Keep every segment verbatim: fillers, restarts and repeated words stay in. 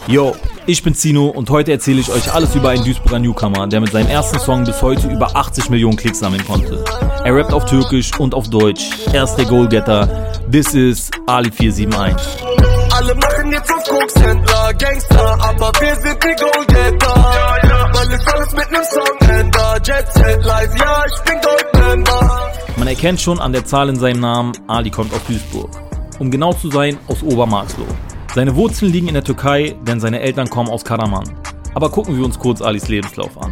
Yo, ich bin Zino und heute erzähle ich euch alles über einen Duisburger Newcomer, der mit seinem ersten Song bis heute über achtzig Millionen Klicks sammeln konnte. Er rappt auf Türkisch und auf Deutsch. Er ist der Goalgetter. This is Ali vier sieben eins. Alle machen jetzt auf Kokshändler, Gangster, aber wir sind die Goalgetter. Weil es alles mit nem Song ändert. Jet Set Live, ja, ich bin Goldmember. Man erkennt schon an der Zahl in seinem Namen, Ali kommt aus Duisburg. Um genau zu sein, aus Obermarxloh. Seine Wurzeln liegen in der Türkei, denn seine Eltern kommen aus Karaman. Aber gucken wir uns kurz Alis Lebenslauf an.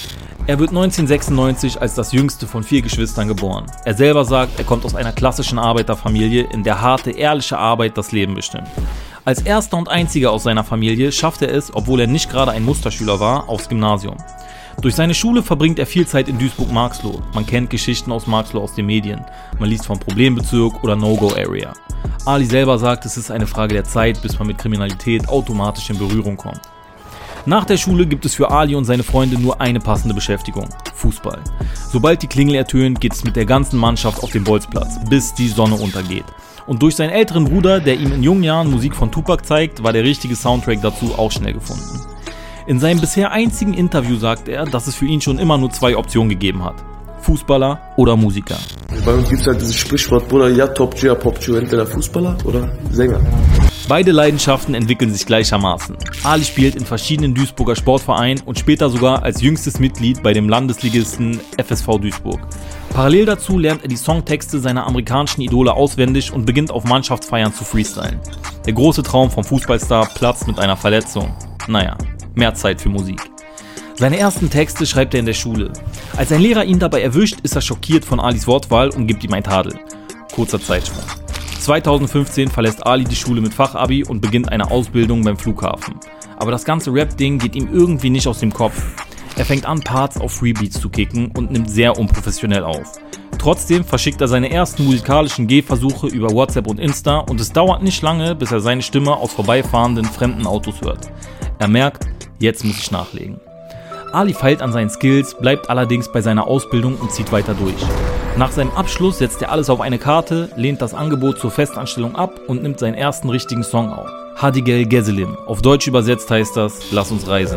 Er wird neunzehnhundertsechsundneunzig als das jüngste von vier Geschwistern geboren. Er selber sagt, er kommt aus einer klassischen Arbeiterfamilie, in der harte, ehrliche Arbeit das Leben bestimmt. Als erster und einziger aus seiner Familie schafft er es, obwohl er nicht gerade ein Musterschüler war, aufs Gymnasium. Durch seine Schule verbringt er viel Zeit in Duisburg-Marxloh. Man kennt Geschichten aus Marxloh aus den Medien. Man liest vom Problembezirk oder No-Go-Area. Ali selber sagt, es ist eine Frage der Zeit, bis man mit Kriminalität automatisch in Berührung kommt. Nach der Schule gibt es für Ali und seine Freunde nur eine passende Beschäftigung: Fußball. Sobald die Klingel ertönt, geht es mit der ganzen Mannschaft auf den Bolzplatz, bis die Sonne untergeht. Und durch seinen älteren Bruder, der ihm in jungen Jahren Musik von Tupac zeigt, war der richtige Soundtrack dazu auch schnell gefunden. In seinem bisher einzigen Interview sagt er, dass es für ihn schon immer nur zwei Optionen gegeben hat: Fußballer oder Musiker. Bei uns gibt es halt dieses Sprichwort, Bruder, ja Top-G, ja Pop-G, entweder Fußballer oder Sänger. Beide Leidenschaften entwickeln sich gleichermaßen. Ali spielt in verschiedenen Duisburger Sportvereinen und später sogar als jüngstes Mitglied bei dem Landesligisten F S V Duisburg. Parallel dazu lernt er die Songtexte seiner amerikanischen Idole auswendig und beginnt auf Mannschaftsfeiern zu freestylen. Der große Traum vom Fußballstar platzt mit einer Verletzung. Naja, mehr Zeit für Musik. Seine ersten Texte schreibt er in der Schule. Als ein Lehrer ihn dabei erwischt, ist er schockiert von Alis Wortwahl und gibt ihm ein Tadel. Kurzer Zeitsprung. zweitausendfünfzehn verlässt Ali die Schule mit Fachabi und beginnt eine Ausbildung beim Flughafen. Aber das ganze Rap-Ding geht ihm irgendwie nicht aus dem Kopf. Er fängt an, Parts auf Freebeats zu kicken und nimmt sehr unprofessionell auf. Trotzdem verschickt er seine ersten musikalischen Gehversuche über WhatsApp und Insta und es dauert nicht lange, bis er seine Stimme aus vorbeifahrenden fremden Autos hört. Er merkt, jetzt muss ich nachlegen. Ali feilt an seinen Skills, bleibt allerdings bei seiner Ausbildung und zieht weiter durch. Nach seinem Abschluss setzt er alles auf eine Karte, lehnt das Angebot zur Festanstellung ab und nimmt seinen ersten richtigen Song auf. Hadi gel gezelim. Auf Deutsch übersetzt heißt das: Lass uns reisen.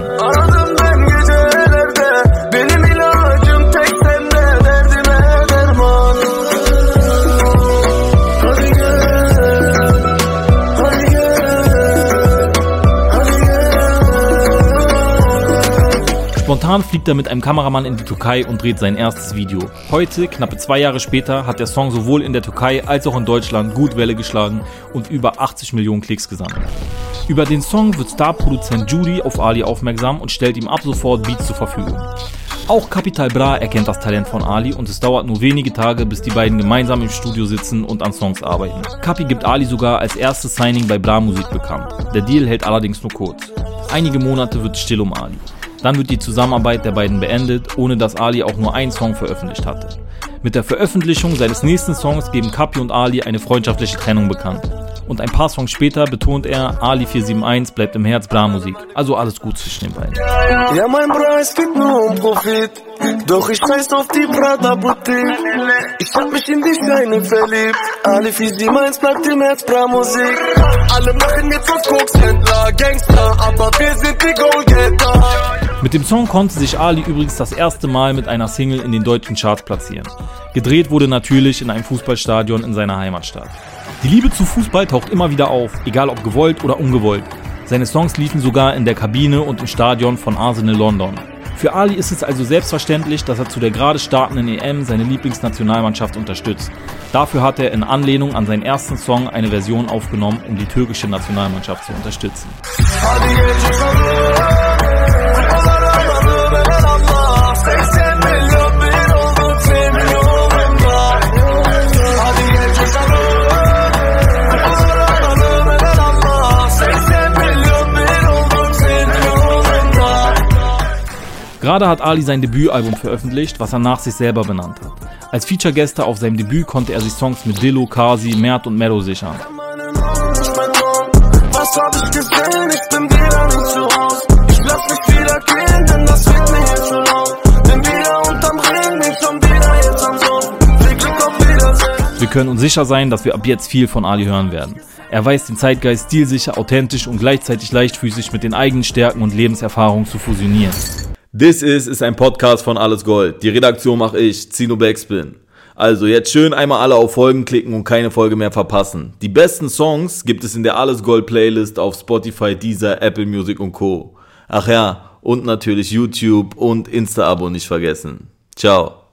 Spontan fliegt er mit einem Kameramann in die Türkei und dreht sein erstes Video. Heute, knappe zwei Jahre später, hat der Song sowohl in der Türkei als auch in Deutschland gut Welle geschlagen und über achtzig Millionen Klicks gesammelt. Über den Song wird Starproduzent Judy auf Ali aufmerksam und stellt ihm ab sofort Beats zur Verfügung. Auch Capital Bra erkennt das Talent von Ali und es dauert nur wenige Tage, bis die beiden gemeinsam im Studio sitzen und an Songs arbeiten. Capi gibt Ali sogar als erstes Signing bei Bra Musik bekannt. Der Deal hält allerdings nur kurz. Einige Monate wird es still um Ali. Dann wird die Zusammenarbeit der beiden beendet, ohne dass Ali auch nur einen Song veröffentlicht hatte. Mit der Veröffentlichung seines nächsten Songs geben Capi und Ali eine freundschaftliche Trennung bekannt. Und ein paar Songs später betont er, Ali vier sieben eins bleibt im Herz Bra Musik. Also alles gut zwischen den beiden. Ja, mein Bra, es geht nur um Profit. Doch ich scheiß auf die Prada-Boutique. Ich hab mich in die Steine verliebt. Ali vier sieben eins bleibt im Herz Bra Musik. Alle machen jetzt auf Kokshändler, Gangster, aber wir sind die Goalgetter. Mit dem Song konnte sich Ali übrigens das erste Mal mit einer Single in den deutschen Charts platzieren. Gedreht wurde natürlich in einem Fußballstadion in seiner Heimatstadt. Die Liebe zu Fußball taucht immer wieder auf, egal ob gewollt oder ungewollt. Seine Songs liefen sogar in der Kabine und im Stadion von Arsenal London. Für Ali ist es also selbstverständlich, dass er zu der gerade startenden E M seine Lieblingsnationalmannschaft unterstützt. Dafür hat er in Anlehnung an seinen ersten Song eine Version aufgenommen, um die türkische Nationalmannschaft zu unterstützen. Gerade hat Ali sein Debütalbum veröffentlicht, was er nach sich selber benannt hat. Als Feature-Gäste auf seinem Debüt konnte er sich Songs mit Dillo, Kasi, Mert und Mero sichern. Was hab ich gesehen? Ich bin wieder nicht zu Hause. Ich lass mich wieder gehen, denn das wird mir hier zu laut. Bin wieder unterm Ring, bin schon wieder jetzt am Sohn. Viel Glück auf Wiedersehen. Wir können uns sicher sein, dass wir ab jetzt viel von Ali hören werden. Er weiß den Zeitgeist stilsicher, authentisch und gleichzeitig leichtfüßig mit den eigenen Stärken und Lebenserfahrungen zu fusionieren. This Is ist ein Podcast von Alles Gold. Die Redaktion mache ich, Zino Backspin. Also jetzt schön einmal alle auf Folgen klicken und keine Folge mehr verpassen. Die besten Songs gibt es in der Alles Gold Playlist auf Spotify, Deezer, Apple Music und Co. Ach ja, und natürlich YouTube und Insta-Abo nicht vergessen. Ciao.